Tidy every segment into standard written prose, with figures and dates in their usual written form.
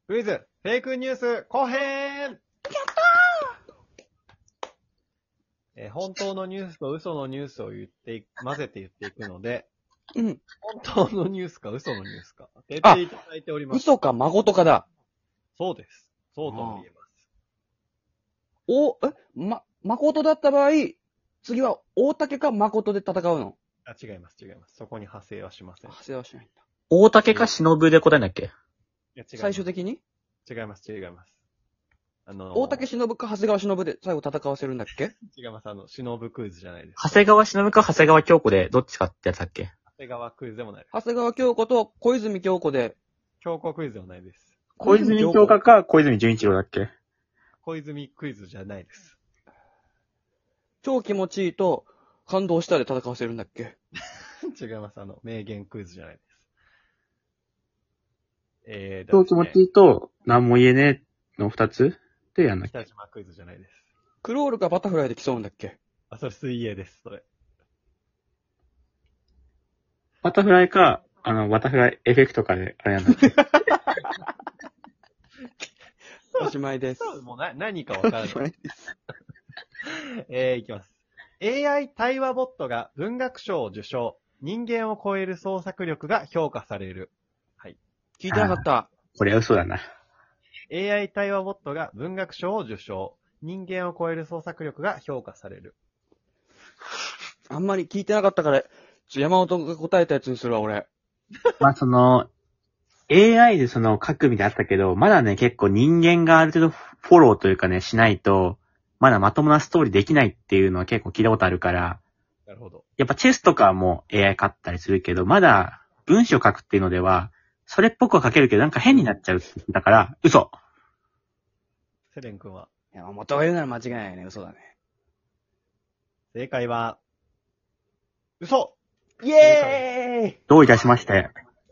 クイズ、フェイクニュース後編本当のニュースと嘘のニュースを混ぜて言っていくので、 うん。 本当のニュースか嘘のニュースか、当てていただいております。 嘘か誠かだ。 そうです。そうとも言えます。 誠だった場合、次は大竹か誠で戦うの。 違います。そこに派生はしません。 派生はしないんだ。 大竹か忍で答えなっけ？ いや、違います。 最終的に違います。 大竹忍か長谷川忍で最後戦わせるんだっけ？ 違います。忍クイズじゃないです。 長谷川忍か長谷川京子でどっちかってやつだっけ？ 長谷川クイズでもないです。 長谷川京子と小泉京子で。 京子クイズでもないです。 小泉京子か小泉純一郎だっけ？ 小泉クイズじゃないです。 超気持ちいいと感動したで戦わせるんだっけ？ 違います。名言クイズじゃないです。 超気持ちいいと何も言えねえの二つでやんなきゃ。 北島クイズじゃないです。 クロールかバタフライで競うんだっけ？ それ水泳です、それ。 バタフライか、バタフライエフェクトかで、あれやんなきゃ。 おしまいです。 もう何かわからない。いきます。AI 対話ボットが文学賞を受賞。人間を超える創作力が評価される。はい。 聞いてなかった。 これは嘘だな。 AI 対話ボットが文学賞を受賞。人間を超える創作力が評価される。 あんまり聞いてなかったから、山本が答えたやつにするわ、俺。 まあ、AI で書くみたいあったけど、まだね、結構人間がある程度フォローというかね、しないと、まだまともなストーリーできないっていうのは結構聞いたことあるから、 なるほど。 やっぱチェスとかはもう AI 勝ったりするけど、まだ文章書くっていうのでは、それっぽくは書けるけど、なんか変になっちゃうって言ったから、嘘。 セレン君は。 山本が言うなら間違いないね、嘘だね。 正解は、嘘イエーイどういたしまして。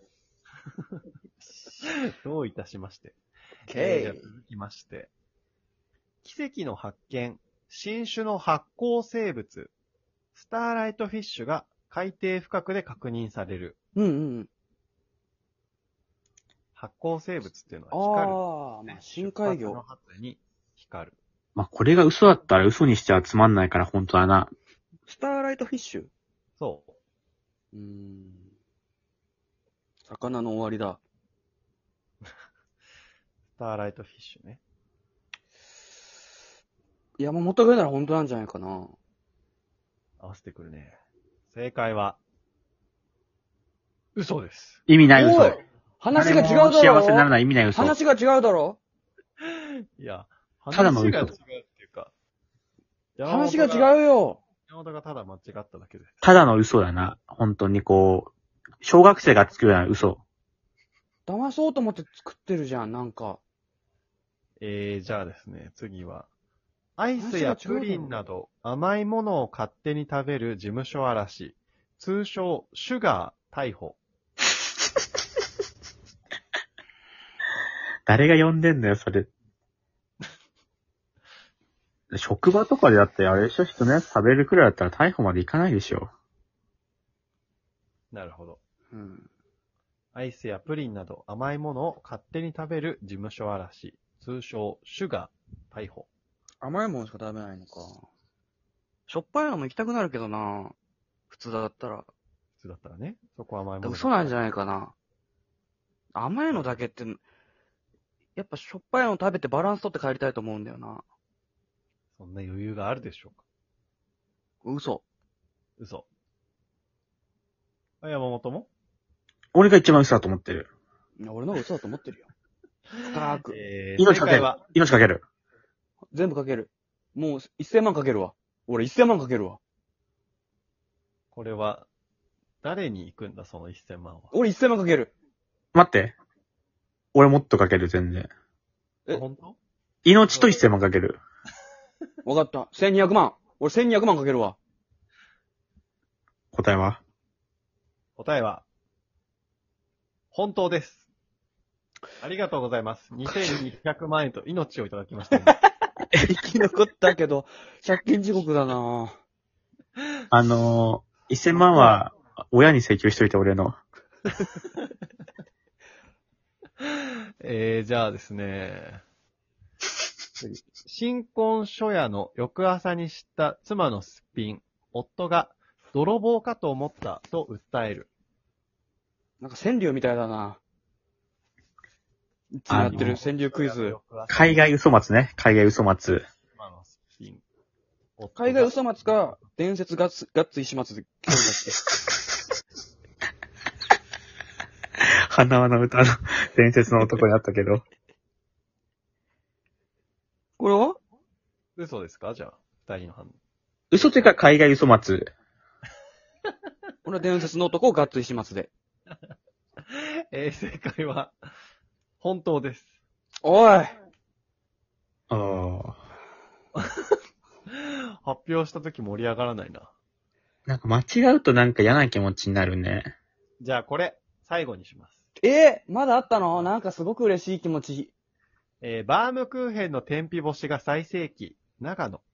どういたしまして。じゃあ続きまして。奇跡の発見、新種の発光生物、スターライトフィッシュが海底深くで確認される。 うんうん。 発光生物っていうのは光る。 深海魚。 出発の果てに光る。 まあ、これが嘘だったら嘘にしてはつまんないから本当だな。 スターライトフィッシュ？ そう。 魚の終わりだ。 スターライトフィッシュね。 山本が言うなら本当なんじゃないかな。 合わせてくるね。正解は、嘘です。 意味ない嘘。 おい話が違うだろ。 幸せにならない意味ない嘘。 話が違うだろ。 いや、 ただの嘘。 話が違うっていうか、 話が違うよ。 山本がただ間違っただけです。 ただの嘘だな。本当に小学生が作るような嘘。 騙そうと思って作ってるじゃん、なんか。 じゃあですね、次は、アイスやプリンなど甘いものを勝手に食べる事務所嵐、通称シュガー逮捕。 誰が呼んでんのよ、それ。職場とかでだってあれでしょ、人のやつ食べるくらいだったら逮捕までいかないでしょ。 なるほど。 うん。 アイスやプリンなど甘いものを勝手に食べる事務所嵐、通称シュガー逮捕。 甘いものしか食べないのか。しょっぱいのも行きたくなるけどな。普通だったら。 普通だったらね、そこは甘いもの。 嘘なんじゃないかな。甘いのだけって、やっぱしょっぱいの食べてバランス取って帰りたいと思うんだよな。 そんな余裕があるでしょうか。 嘘。 嘘。山本も俺が一番嘘だと思ってる。 いや俺の方が嘘だと思ってるよ。深く。 命かける。命かける。 全部かける。もう1000万かけるわ。俺1000万かけるわ。 これは、誰に行くんだ、その1000万は。 俺1000万かける。 待って。俺もっとかける、全然。 本当？ 命と1000万かける。 わかった。1200万。俺1200万かけるわ。 答えは？ 答えは、本当です。ありがとうございます。2200万円と命をいただきました、ね。 生き残ったけど、借金地獄だな 1000万は、親に請求しといて、俺の。 じゃあですね。新婚初夜の翌朝に知った妻のすっぴん。夫が泥棒かと思ったと訴える。 なんか川柳みたいだな。いつもやってる川柳クイズ。 海外嘘松ね。海外嘘松。 妻のすっぴん。 海外嘘松か、伝説ガッツ石松で競技して。 花輪の歌の伝説の男にあったけど。 これは嘘ですか？じゃあ、二人の反応。 嘘というか海外嘘松。 これは伝説の男ガッツ石松で。 正解は、本当です。 おいああ。 発表した時盛り上がらないな。 なんか間違うとなんか嫌な気持ちになるね。 じゃあこれ、最後にします。 まだあったの？なんかすごく嬉しい気持ち。 バームクーヘンの天日干しが最盛期。長野。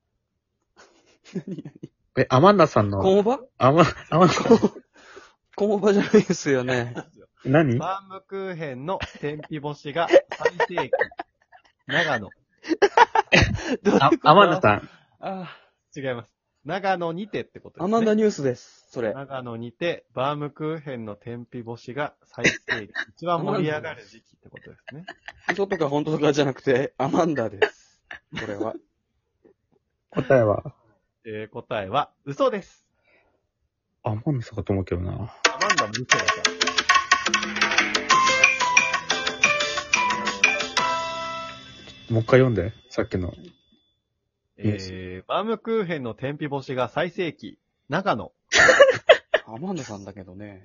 アマンダさんの、 コモバアマンダさん、 コモバじゃないですよね。 何バームクーヘンの天日干しが最盛期。長野。 アマンダさん。 違います。長野にてってことですね。 アマンダニュースです。それ。 長野にて、バームクーヘンの天日干しが最盛期。一番盛り上がる時期ってことですね。 嘘とか本当とかじゃなくて、アマンダです。これは。 答えは答えは、嘘です。 アマンダさんかと思うけどな。 アマンダも嘘だから。 もう一回読んで、さっきの。 バームクーヘンの天日干しが最盛期。長野。 アマンダさんだけどね。